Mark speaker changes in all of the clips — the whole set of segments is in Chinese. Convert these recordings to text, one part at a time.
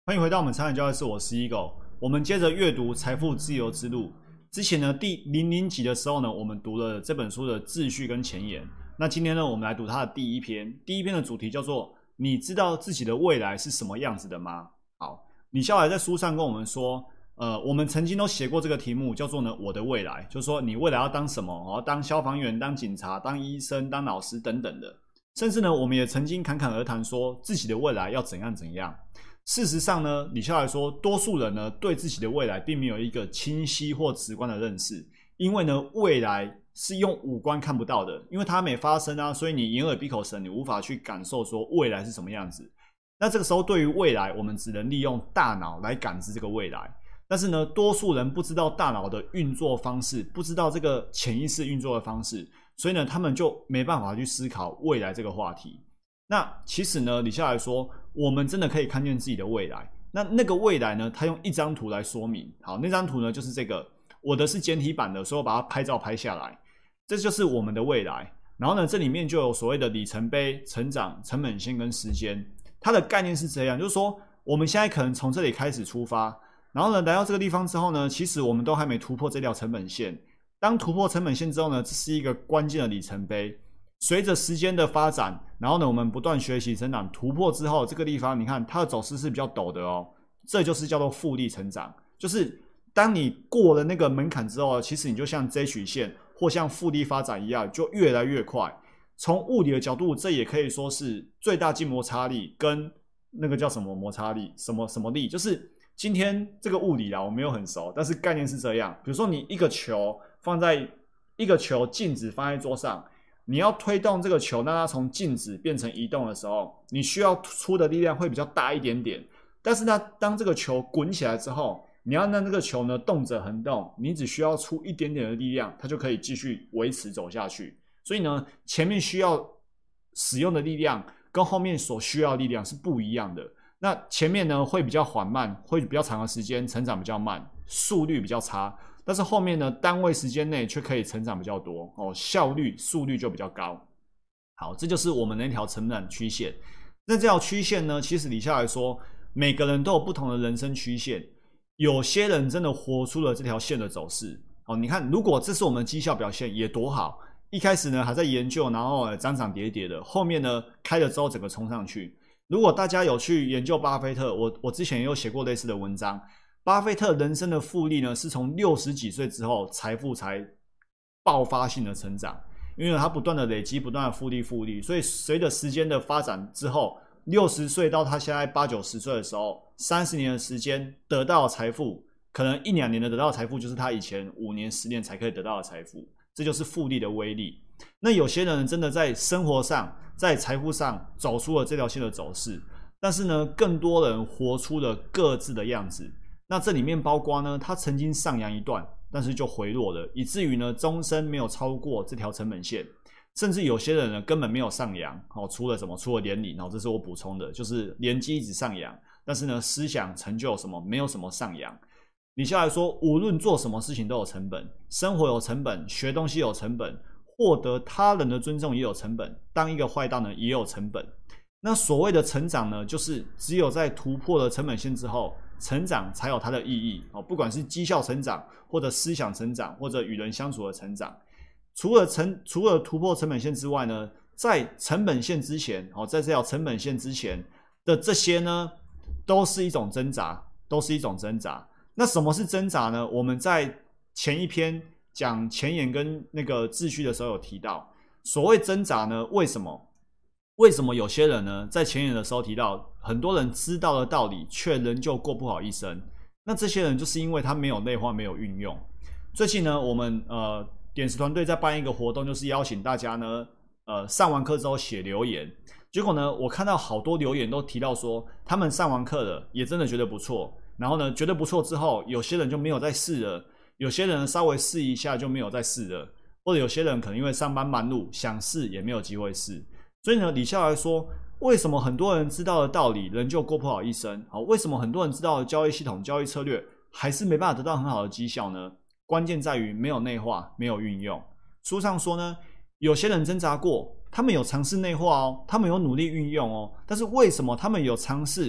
Speaker 1: 欢迎回到我们财产交易室，我是 Eagle。我们接着阅读《财富自由之路》。之前呢，第00集的时候呢，我们读了这本书的秩序跟前言。那今天呢，我们来读它的第一篇。第一篇的主题叫做“你知道自己的未来是什么样子的吗？”好，李笑来在书上跟我们说，我们曾经都写过这个题目，叫做呢“我的未来”，就是说你未来要当什么？当消防员、当警察、当医生、当老师等等的。甚至呢，我们也曾经侃侃而谈说自己的未来要怎样怎样。事实上呢，李笑来说，多数人呢对自己的未来并没有一个清晰或直观的认识，因为呢，未来是用五官看不到的，因为它没发生啊，所以你眼耳鼻口舌你无法去感受说未来是什么样子。那这个时候，对于未来，我们只能利用大脑来感知这个未来。但是呢，多数人不知道大脑的运作方式，不知道这个潜意识运作的方式，所以呢，他们就没办法去思考未来这个话题。那其实呢，李笑来说，我们真的可以看见自己的未来。那个未来呢，他用一张图来说明。好，那张图呢就是这个，我的是简体版的，所以我把它拍照拍下来。这就是我们的未来。然后呢，这里面就有所谓的里程碑、成长、成本线跟时间。它的概念是这样，就是说我们现在可能从这里开始出发，然后呢来到这个地方之后呢，其实我们都还没突破这条成本线。当突破成本线之后呢，这是一个关键的里程碑。随着时间的发展，然后呢，我们不断学习成长，突破之后，这个地方你看它的走势是比较陡的哦，这就是叫做复利成长。就是当你过了那个门槛之后，其实你就像 J 曲线或像复利发展一样，就越来越快。从物理的角度，这也可以说是最大静摩擦力跟那个叫什么摩擦力，什么力，就是今天这个物理啦，我没有很熟，但是概念是这样。比如说你一个球镜子放在桌上。你要推动这个球，让它从静止变成移动的时候，你需要出的力量会比较大一点点。但是呢，当这个球滚起来之后，你要让这个球呢动辄横动，你只需要出一点点的力量，它就可以继续维持走下去。所以呢，前面需要使用的力量跟后面所需要的力量是不一样的。那前面呢会比较缓慢，会比较长的时间成长比较慢，速率比较差。但是后面呢，单位时间内却可以成长比较多哦，效率、速率就比较高。好，这就是我们那条成长曲线。那这条曲线呢，其实李笑来说，每个人都有不同的人生曲线。有些人真的活出了这条线的走势。哦，你看，如果这是我们绩效表现，也多好。一开始呢还在研究，然后涨跌跌的，后面呢开了之后整个冲上去。如果大家有去研究巴菲特，我之前也有写过类似的文章。巴菲特人生的复利呢，是从60几岁之后，财富才爆发性的成长，因为他不断的累积，不断的复利，所以随着时间的发展之后，60岁到他现在8、90岁的时候，30年的时间得到的财富，可能1、2年的得到的财富，就是他以前5年、10年才可以得到的财富，这就是复利的威力。那有些人真的在生活上、在财富上走出了这条线的走势，但是呢，更多人活出了各自的样子。那这里面包括呢，他曾经上扬一段，但是就回落了，以至于呢，终身没有超过这条成本线。甚至有些人呢，根本没有上扬，除了什么？除了年龄，这是我补充的，就是年纪一直上扬，但是呢，思想成就什么没有什么上扬。李笑来说，无论做什么事情都有成本，生活有成本，学东西有成本，获得他人的尊重也有成本，当一个坏蛋呢也有成本。那所谓的成长呢，就是只有在突破了成本线之后，成长才有它的意义。不管是绩效成长，或者思想成长，或者与人相处的成长。除了突破成本线之外呢，在成本线之前，在这条成本线之前的这些呢，都是一种挣扎，那什么是挣扎呢？我们在前一篇讲前言跟那个秩序的时候有提到，所谓挣扎呢，为什么有些人呢，在前言的时候提到，很多人知道了道理，却仍旧过不好一生。那这些人就是因为他没有内化，没有运用。最近呢，我们点石团队在办一个活动，就是邀请大家呢，上完课之后写留言。结果呢，我看到好多留言都提到说，他们上完课了，也真的觉得不错。然后呢，觉得不错之后，有些人就没有再试了，有些人稍微试一下就没有再试了，或者有些人可能因为上班忙碌，想试也没有机会试。所以呢，李笑来说，为什么很多人知道的道理仍旧过不好一生？为什么很多人知道的交易系统、交易策略还是没办法得到很好的绩效呢？关键在于没有内化，没有运用。书上说呢，有些人挣扎过，他们有尝试内化哦，他们有努力运用哦，但是为什么他们有尝试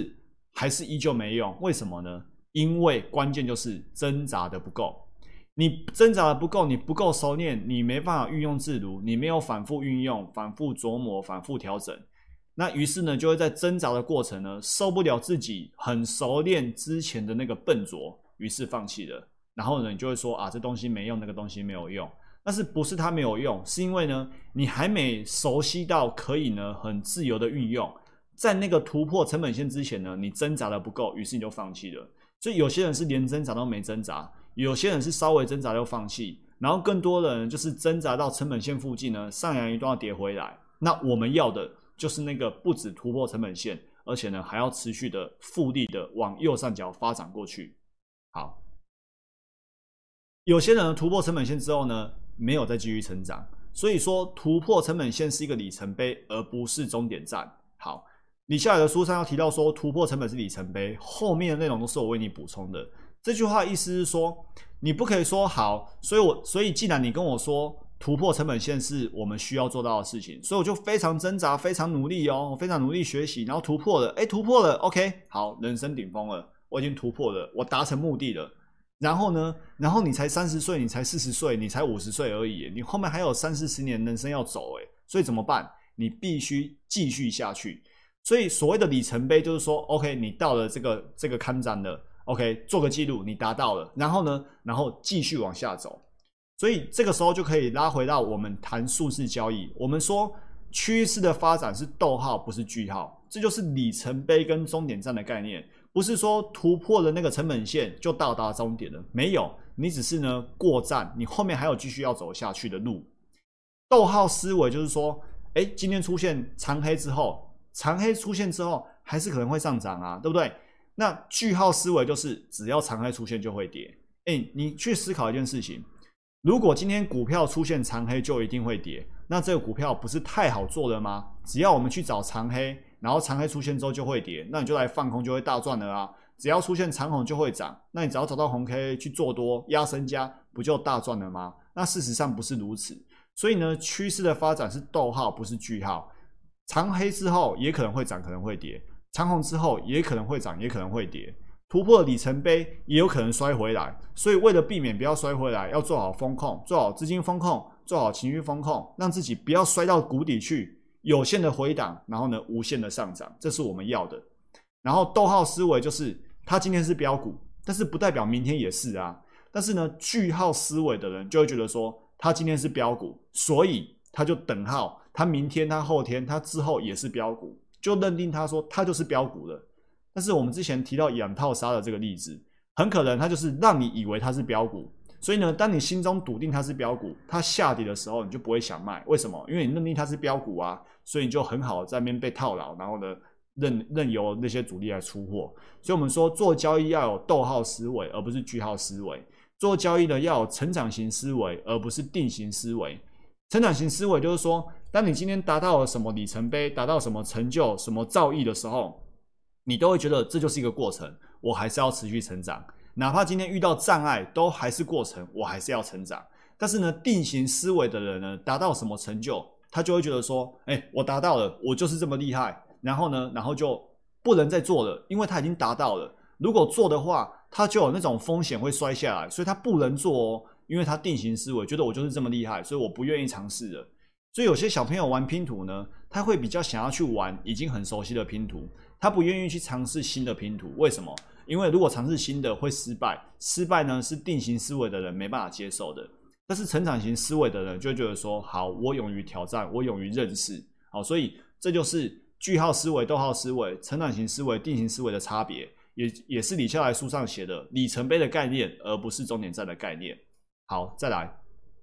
Speaker 1: 还是依旧没用。为什么呢？因为关键就是挣扎的不够。你挣扎的不够，你不够熟练，你没办法运用自如，你没有反复运用、反复琢磨、反复调整。那于是呢，就会在挣扎的过程呢，受不了自己很熟练之前的那个笨拙，于是放弃了。然后呢，你就会说啊，这东西没用，那个东西没有用。但是不是它没有用，是因为呢，你还没熟悉到可以呢很自由的运用。在那个突破成本线之前呢，你挣扎的不够，于是你就放弃了。所以有些人是连挣扎都没挣扎，有些人是稍微挣扎就放弃，然后更多的人就是挣扎到成本线附近呢，上扬一段要跌回来。那我们要的就是那个不止突破成本线，而且呢还要持续的复利的往右上角发展过去。好，有些人突破成本线之后呢，没有再继续成长，所以说突破成本线是一个里程碑，而不是终点站。好，李笑来的书上要提到说突破成本是里程碑，后面的内容都是我为你补充的。这句话的意思是说，你不可以说好，所以既然你跟我说突破成本线是我们需要做到的事情，所以我就非常挣扎，非常努力哦，我非常努力学习，然后突破了，突破了 ，OK， 好，人生顶峰了，我已经突破了，我达成目的了。然后呢？然后你才30岁，你才40岁，你才50岁而已，你后面还有30-40年人生要走，所以怎么办？你必须继续下去。所以所谓的里程碑就是说 ，OK， 你到了这个看展了 ，OK， 做个记录，你达到了，然后呢，然后继续往下走。所以这个时候就可以拉回到我们谈数字交易。我们说趋势的发展是逗号，不是句号，这就是里程碑跟终点站的概念。不是说突破了那个成本线就到达终点了，没有，你只是呢过站，你后面还有继续要走下去的路。逗号思维就是说，今天出现长黑之后，长黑出现之后还是可能会上涨啊，对不对？那句号思维就是只要长黑出现就会跌。你去思考一件事情，如果今天股票出现长黑就一定会跌，那这个股票不是太好做了吗？只要我们去找长黑，然后长黑出现之后就会跌，那你就来放空就会大赚了啊！只要出现长红就会涨，那你只要找到红 K 去做多压身家，不就大赚了吗？那事实上不是如此，所以呢，趋势的发展是逗号，不是句号。长黑之后也可能会涨，可能会跌；长红之后也可能会涨，也可能会跌。突破里程碑也有可能摔回来，所以为了避免不要摔回来，要做好风控，做好资金风控，做好情绪风控，让自己不要摔到谷底去。有限的回档，然后呢无限的上涨，这是我们要的。然后逗号思维就是它今天是标股，但是不代表明天也是啊。但是呢句号思维的人就会觉得说它今天是标股，所以他就等号，他明天他后天他之后也是标股，就认定他说他就是标股了。但是我们之前提到养套杀的这个例子，很可能他就是让你以为他是标股，所以呢，当你心中笃定它是标股，它下跌的时候，你就不会想卖。为什么？因为你认定它是标股啊，所以你就很好在那边被套牢，然后呢，任由那些主力来出货。所以我们说，做交易要有逗号思维，而不是句号思维；做交易呢，要有成长型思维，而不是定型思维。成长型思维就是说，当你今天达到了什么里程碑，达到什么成就、什么造诣的时候，你都会觉得这就是一个过程，我还是要持续成长。哪怕今天遇到障碍，都还是过程，我还是要成长。但是呢，定型思维的人呢，达到什么成就，他就会觉得说，我达到了，我就是这么厉害。然后呢，然后就不能再做了，因为他已经达到了。如果做的话，他就有那种风险会摔下来，所以他不能做哦，因为他定型思维，觉得我就是这么厉害，所以我不愿意尝试了。所以有些小朋友玩拼图呢，他会比较想要去玩已经很熟悉的拼图，他不愿意去尝试新的拼图。为什么？因为如果尝试新的会失败，失败呢是定型思维的人没办法接受的。但是成长型思维的人就会觉得说，好，我勇于挑战，我勇于认识。好，所以这就是句号思维、逗号思维、成长型思维、定型思维的差别，也是李笑来书上写的里程碑的概念，而不是终点站的概念。好，再来。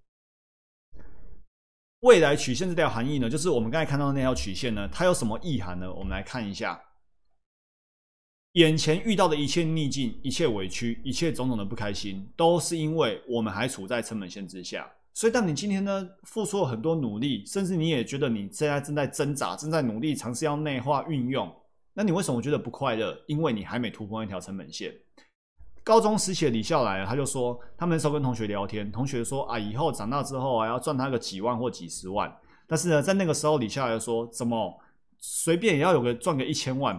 Speaker 1: 未来曲线这条含义呢，就是我们刚才看到的那条曲线呢，它有什么意涵呢？我们来看一下。眼前遇到的一切逆境、一切委屈、一切种种的不开心，都是因为我们还处在成本线之下。所以当你今天呢付出了很多努力，甚至你也觉得你现在正在挣扎、正在努力尝试要内化运用，那你为什么觉得不快乐？因为你还没突破那条成本线。高中时期的李笑来，他就说，他们那时候跟同学聊天，同学说啊，以后长大之后啊，要赚他个几万或几十万。但是呢，在那个时候，李笑来说，怎么随便也要赚个1000万吧。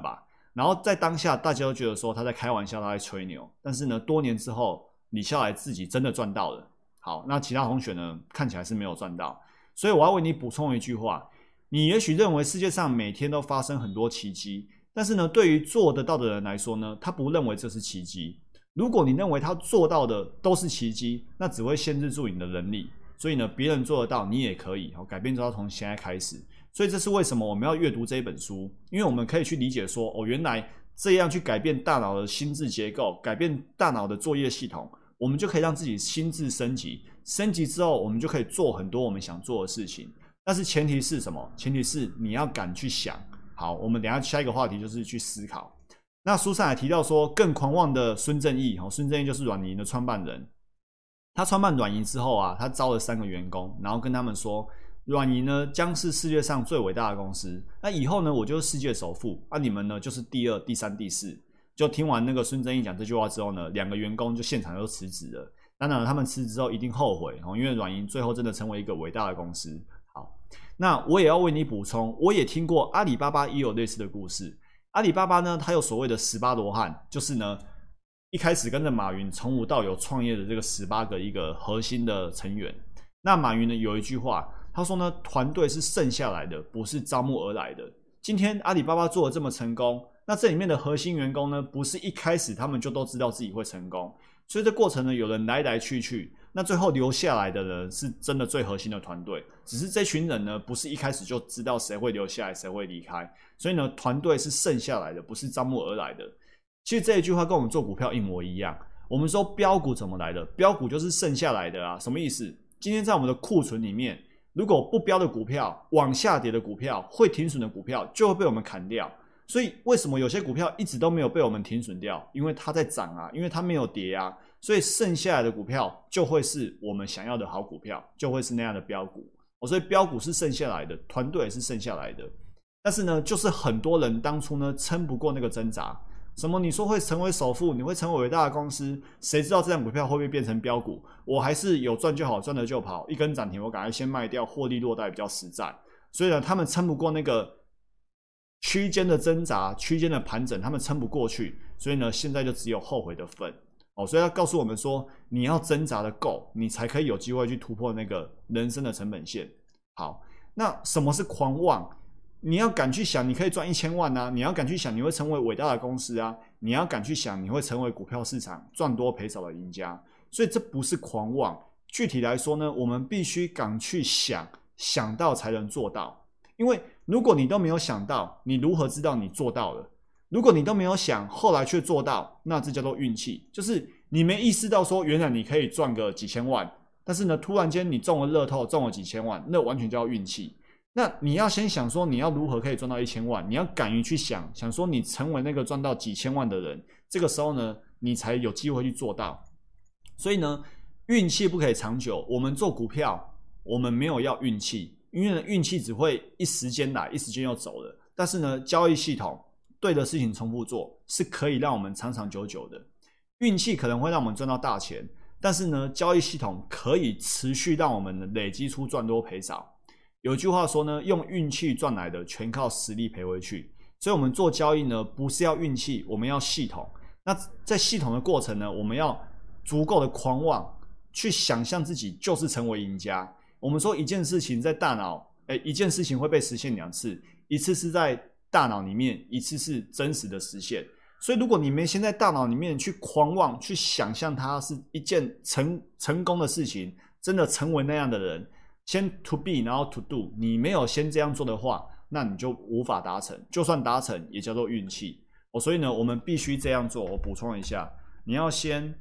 Speaker 1: 然后在当下大家都觉得说他在开玩笑，他在吹牛，但是呢，多年之后李笑来自己真的赚到了。好，那其他同学呢，看起来是没有赚到，所以我要为你补充一句话：你也许认为世界上每天都发生很多奇迹，但是呢，对于做得到的人来说呢，他不认为这是奇迹。如果你认为他做到的都是奇迹，那只会限制住你的能力。所以呢，别人做得到，你也可以。改变就要从现在开始。所以这是为什么我们要阅读这一本书，因为我们可以去理解说，原来这样去改变大脑的心智结构，改变大脑的作业系统，我们就可以让自己心智升级。升级之后，我们就可以做很多我们想做的事情。但是前提是什么？前提是你要敢去想。好，我们等一下下一个话题就是去思考。那书上还提到说，更狂妄的孙正义，孙正义就是软银的创办人。他创办软银之后啊，他招了3个员工，然后跟他们说，软银呢将是世界上最伟大的公司。那以后呢，我就是世界首富，你们呢就是第2、第3、第4。就听完那个孙正义讲这句话之后呢，2个员工就现场就辞职了。当然他们辞职之后一定后悔，因为软银最后真的成为一个伟大的公司。好，那我也要为你补充，我也听过阿里巴巴也有类似的故事。阿里巴巴呢，它有所谓的18罗汉，就是呢一开始跟着马云从无到有创业的这个18个一个核心的成员。那马云呢有一句话，他说呢，团队是剩下来的，不是招募而来的。今天阿里巴巴做得这么成功，那这里面的核心员工呢，不是一开始他们就都知道自己会成功，所以这过程呢，有人来来去去，那最后留下来的人是真的最核心的团队。只是这群人呢，不是一开始就知道谁会留下来，谁会离开，所以呢，团队是剩下来的，不是招募而来的。其实这一句话跟我们做股票一模一样。我们说标股怎么来的？标股就是剩下来的啊，什么意思？今天在我们的库存里面，如果不标的股票、往下跌的股票、会停损的股票，就会被我们砍掉。所以为什么有些股票一直都没有被我们停损掉？因为它在涨啊，因为它没有跌啊，所以剩下来的股票就会是我们想要的好股票，就会是那样的标股。所以标股是剩下来的，团队也是剩下来的。但是呢，就是很多人当初呢撑不过那个挣扎。什么你说会成为首富，你会成为伟大的公司，谁知道这张股票会不会变成标股？我还是有赚就好，赚了就跑，一根涨停我赶快先卖掉，获利落袋比较实在。所以呢，他们撑不过那个区间的挣扎，区间的盘整，他们撑不过去，所以呢，现在就只有后悔的份。所以他告诉我们说，你要挣扎的够，你才可以有机会去突破那个人生的成本线。好，那什么是狂妄？你要敢去想，你可以赚1000万啊！你要敢去想，你会成为伟大的公司啊！你要敢去想，你会成为股票市场赚多赔少的赢家。所以这不是狂妄。具体来说呢，我们必须敢去想，想到才能做到。因为如果你都没有想到，你如何知道你做到了？如果你都没有想，后来却做到，那这叫做运气。就是你没意识到说，原来你可以赚个几千万，但是呢，突然间你中了乐透，中了几千万，那完全叫运气。那你要先想说你要如何可以赚到1000万，你要敢于去想说你成为那个赚到几千万的人，这个时候呢，你才有机会去做到。所以呢，运气不可以长久。我们做股票，我们没有要运气，因为呢，运气只会一时间来，一时间又走了。但是呢，交易系统对的事情重复做，是可以让我们长长久久的。运气可能会让我们赚到大钱，但是呢，交易系统可以持续让我们累积出赚多赔少。有句话说呢，用运气赚来的全靠实力赔回去。所以我们做交易呢，不是要运气，我们要系统。那在系统的过程呢，我们要足够的狂妄，去想象自己就是成为赢家。我们说一件事情在大脑，一件事情会被实现2次，一次是在大脑里面，一次是真实的实现。所以如果你没先在大脑里面去狂妄，去想象它是一件成功的事情，真的成为那样的人，先 to be 然后 to do， 你没有先这样做的话，那你就无法达成，就算达成也叫做运气。所以呢，我们必须这样做。我补充一下，你要先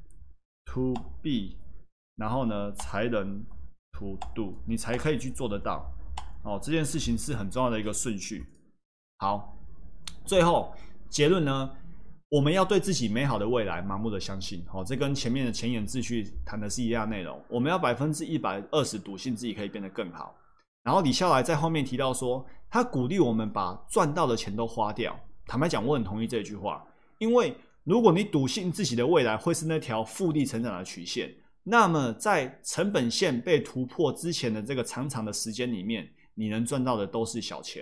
Speaker 1: to be， 然后呢才能 to do， 你才可以去做得到。这件事情是很重要的一个顺序。好，最后结论呢，我们要对自己美好的未来盲目的相信。这跟前面的前言秩序谈的是一样的内容。我们要120%笃信自己可以变得更好。然后李笑来在后面提到说，他鼓励我们把赚到的钱都花掉。坦白讲，我很同意这句话，因为如果你笃信自己的未来会是那条复利成长的曲线，那么在成本线被突破之前的这个长长的时间里面，你能赚到的都是小钱。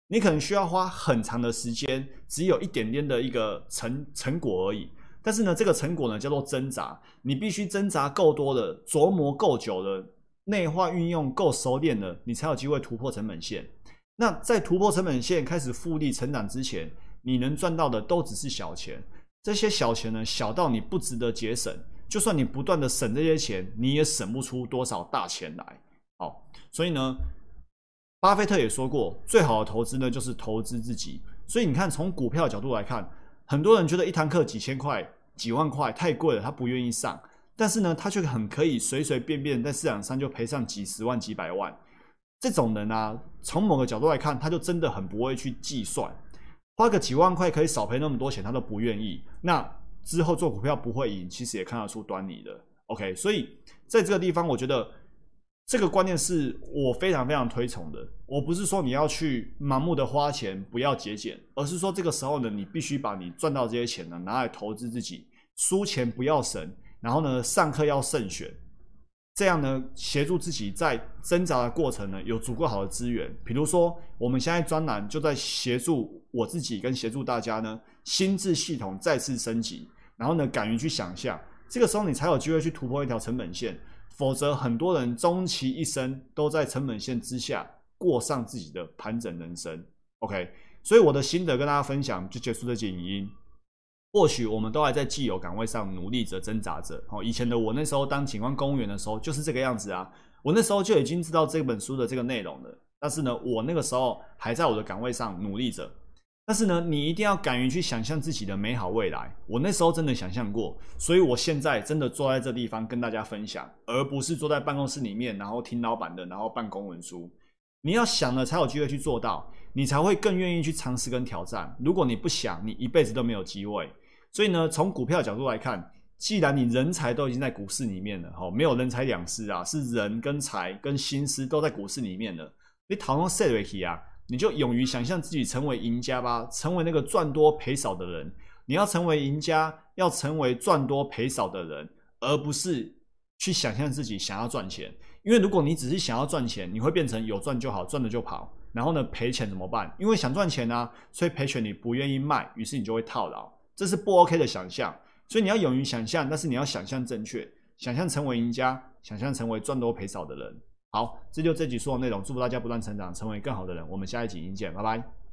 Speaker 1: 你可能需要花很长的时间，只有一点点的一个成果而已。但是呢，这个成果呢叫做挣扎，你必须挣扎够多的，琢磨够久了，内化运用够熟练了，你才有机会突破成本线。那在突破成本线开始复利成长之前，你能赚到的都只是小钱。这些小钱呢，小到你不值得节省，就算你不断的省这些钱，你也省不出多少大钱来。好，所以呢，巴菲特也说过，最好的投资呢就是投资自己。所以你看，从股票的角度来看，很多人觉得一堂课几千块、几万块太贵了，他不愿意上。但是呢，他却很可以随随便便在市场上就赔上几十万、几百万。这种人啊，从某个角度来看，他就真的很不会去计算，花个几万块可以少赔那么多钱，他都不愿意。那之后做股票不会赢，其实也看得出端倪的。OK， 所以在这个地方，我觉得这个观念是我非常非常推崇的。我不是说你要去盲目的花钱，不要节俭，而是说这个时候呢，你必须把你赚到这些钱呢拿来投资自己，输钱不要省，然后呢，上课要慎选。这样呢，协助自己在挣扎的过程呢，有足够好的资源。比如说，我们现在专栏就在协助我自己跟协助大家呢，心智系统再次升级，然后呢，敢于去想象，这个时候你才有机会去突破一条成本线。否则，很多人终其一生都在成本线之下过上自己的盘整人生。OK， 所以我的心得跟大家分享，就结束这节影音。或许我们都还在既有岗位上努力着、挣扎着。以前的我那时候当警官公务员的时候就是这个样子啊。我那时候就已经知道这本书的这个内容了，但是呢，我那个时候还在我的岗位上努力着。但是呢，你一定要敢于去想象自己的美好未来。我那时候真的想象过，所以我现在真的坐在这地方跟大家分享，而不是坐在办公室里面，然后听老板的，然后办公文书。你要想了才有机会去做到，你才会更愿意去尝试跟挑战。如果你不想，你一辈子都没有机会。所以呢，从股票的角度来看，既然你人才都已经在股市里面了，没有人财两失啊，是人跟财跟心思都在股市里面了，你讨论 set 回去啊，你就勇于想象自己成为赢家吧，成为那个赚多赔少的人。你要成为赢家，要成为赚多赔少的人，而不是去想象自己想要赚钱。因为如果你只是想要赚钱，你会变成有赚就好，赚了就跑。然后呢，赔钱怎么办？因为想赚钱啊，所以赔钱你不愿意卖，于是你就会套牢。这是不 OK 的想象，所以你要勇于想象，但是你要想象正确，想象成为赢家，想象成为赚多赔少的人。好，这就这集说的内容，祝福大家不断成长，成为更好的人。我们下一集影见，拜拜。